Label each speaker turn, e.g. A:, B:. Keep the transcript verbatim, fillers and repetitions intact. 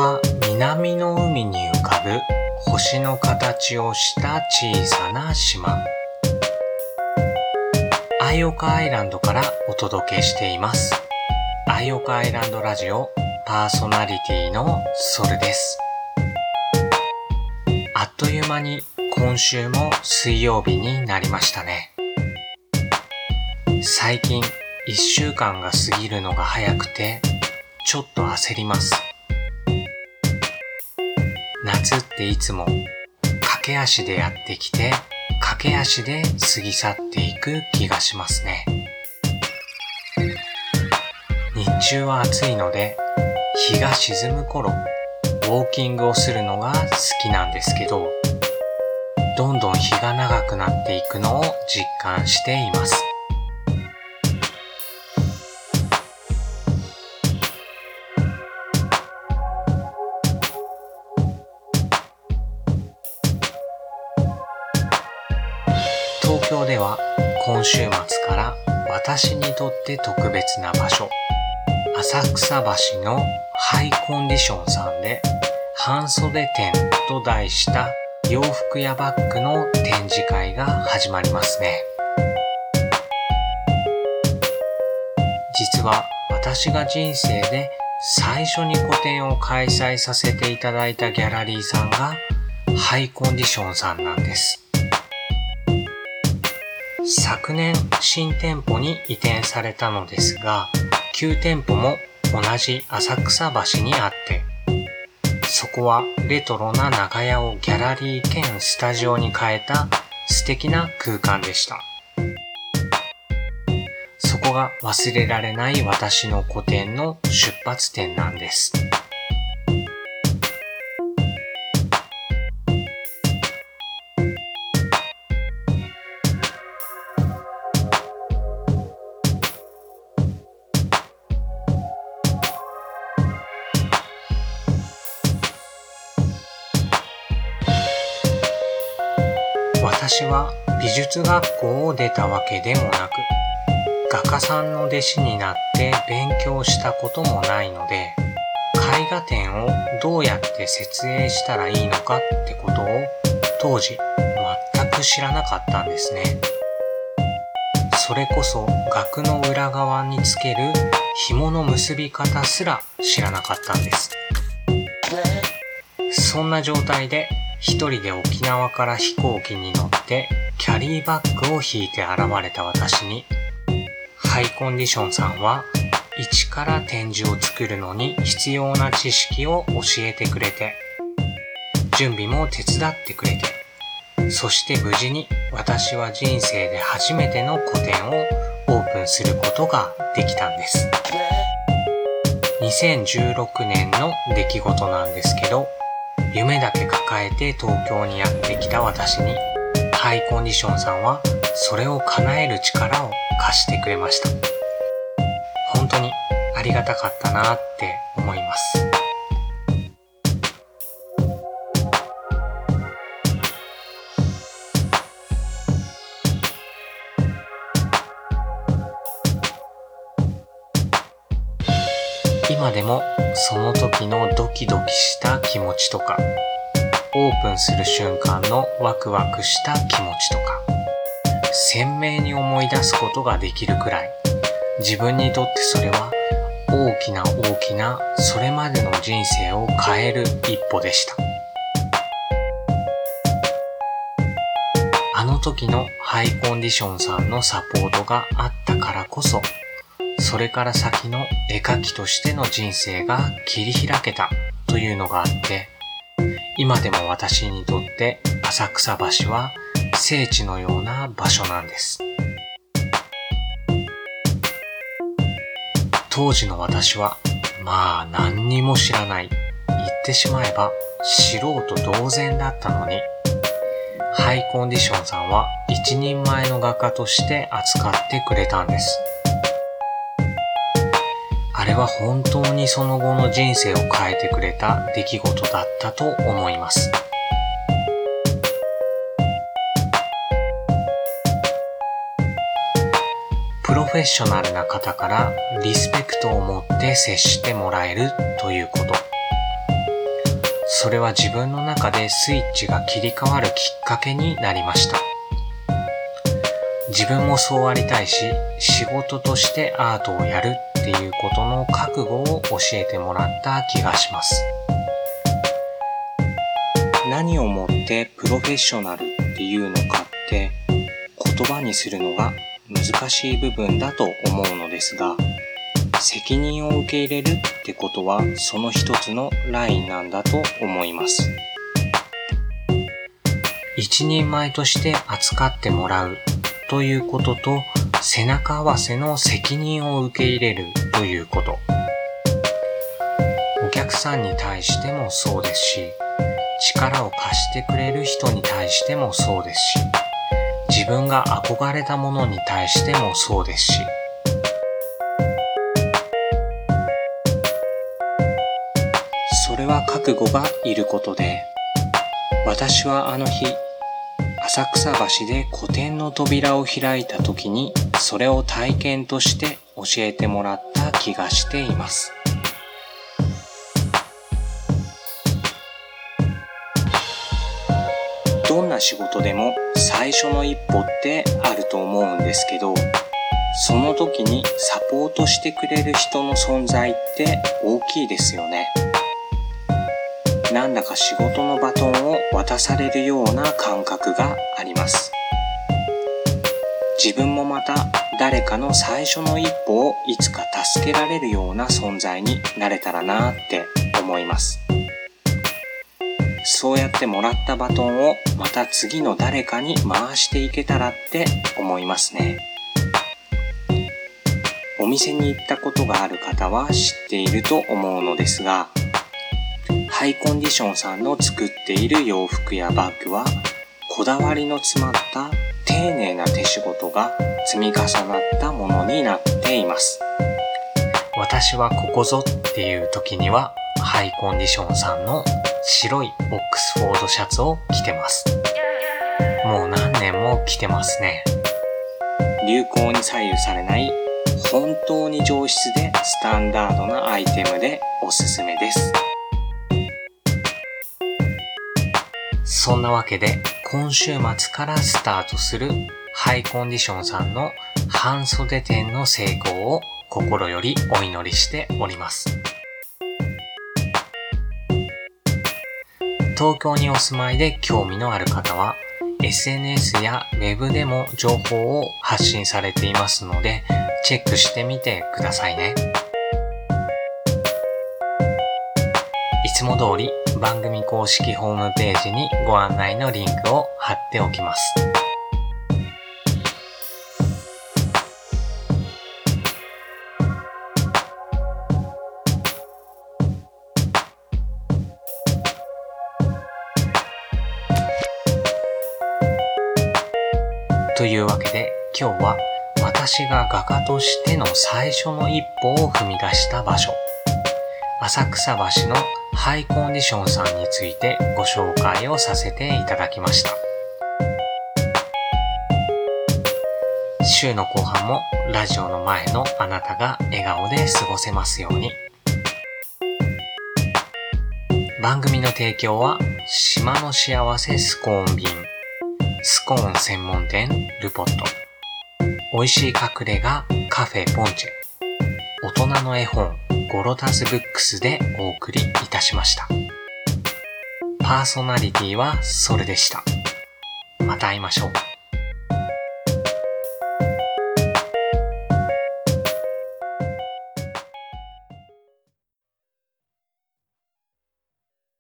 A: は南の海に浮かぶ星の形をした小さな島、アイオカアイランドからお届けしています。アイオカアイランドラジオパーソナリティのソルです。あっという間に今週も水曜日になりましたね。最近いっしゅうかんが過ぎるのが早くてちょっと焦ります。夏っていつも駆け足でやってきて駆け足で過ぎ去っていく気がしますね。日中は暑いので日が沈む頃ウォーキングをするのが好きなんですけど、どんどん日が長くなっていくのを実感しています。東京では今週末から私にとって特別な場所、浅草橋のハイコンディションさんで半袖展と題した洋服やバッグの展示会が始まりますね。実は私が人生で最初に個展を開催させていただいたギャラリーさんがハイコンディションさんなんです。昨年新店舗に移転されたのですが、旧店舗も同じ浅草橋にあって、そこはレトロな長屋をギャラリー兼スタジオに変えた素敵な空間でした。そこが忘れられない私の個展の出発点なんです。私は美術学校を出たわけでもなく、画家さんの弟子になって勉強したこともないので、絵画展をどうやって設営したらいいのかってことを当時全く知らなかったんですね。それこそ額の裏側につける紐の結び方すら知らなかったんです。そんな状態で一人で沖縄から飛行機に乗ってキャリーバッグを引いて現れた私に、ハイコンディションさんは一から展示を作るのに必要な知識を教えてくれて、準備も手伝ってくれて、そして無事に私は人生で初めての個展をオープンすることができたんです。にせんじゅうろくねんの出来事なんですけど、夢だけ抱えて東京にやってきた私に、ハイコンディションさんはそれを叶える力を貸してくれました。本当にありがたかったなって思います。今でもその時のドキドキした気持ちとか、オープンする瞬間のワクワクした気持ちとか、鮮明に思い出すことができるくらい、自分にとってそれは大きな大きなそれまでの人生を変える一歩でした。あの時のハイコンディションさんのサポートがあったからこそ、それから先の絵描きとしての人生が切り開けたというのがあって、今でも私にとって浅草橋は聖地のような場所なんです。当時の私はまあ何にも知らない、言ってしまえば素人同然だったのに、ハイコンディションさんは一人前の画家として扱ってくれたんです。あれは本当にその後の人生を変えてくれた出来事だったと思います。プロフェッショナルな方からリスペクトを持って接してもらえるということ。 それは自分の中でスイッチが切り替わるきっかけになりました。自分もそうありたいし、仕事としてアートをやるっていうことの覚悟を教えてもらった気がします。何をもってプロフェッショナルっていうのかって言葉にするのが難しい部分だと思うのですが、責任を受け入れるってことはその一つのラインなんだと思います。一人前として扱ってもらうということと、背中合わせの責任を受け入れるということ。お客さんに対してもそうですし、力を貸してくれる人に対してもそうですし、自分が憧れたものに対してもそうですし、それは覚悟がいることで、私はあの日、浅草橋で個展の扉を開いた時に、それを体験として教えてもらった気がしています。どんな仕事でも最初の一歩ってあると思うんですけど、その時にサポートしてくれる人の存在って大きいですよね。なんだか仕事のバトンを渡されるような感覚があります。自分もまた誰かの最初の一歩をいつか助けられるような存在になれたらなって思います。そうやってもらったバトンをまた次の誰かに回していけたらって思いますね。お店に行ったことがある方は知っていると思うのですが、ハイコンディションさんの作っている洋服やバッグはこだわりの詰まった丁寧な手仕事が積み重なったものになっています。私はここぞっていう時にはハイコンディションさんの白いオックスフォードシャツを着てます。もう何年も着てますね。流行に左右されない本当に上質でスタンダードなアイテムでおすすめです。そんなわけで今週末からスタートするハイコンディションさんの半袖展の成功を心よりお祈りしております。東京にお住まいで興味のある方は エスエヌエス やウェブでも情報を発信されていますのでチェックしてみてくださいね。いつも通り番組公式ホームページにご案内のリンクを貼っておきます。というわけで今日は私が画家としての最初の一歩を踏み出した場所、浅草橋のハイコンディションさんについてご紹介をさせていただきました。週の後半もラジオの前のあなたが笑顔で過ごせますように。番組の提供は島の幸せスコーン便、スコーン専門店ルポット、美味しい隠れ家カフェポンチェ、大人の絵本ゴロタズブックスでお送りいたしました。パーソナリティはそれでした。また会いましょう。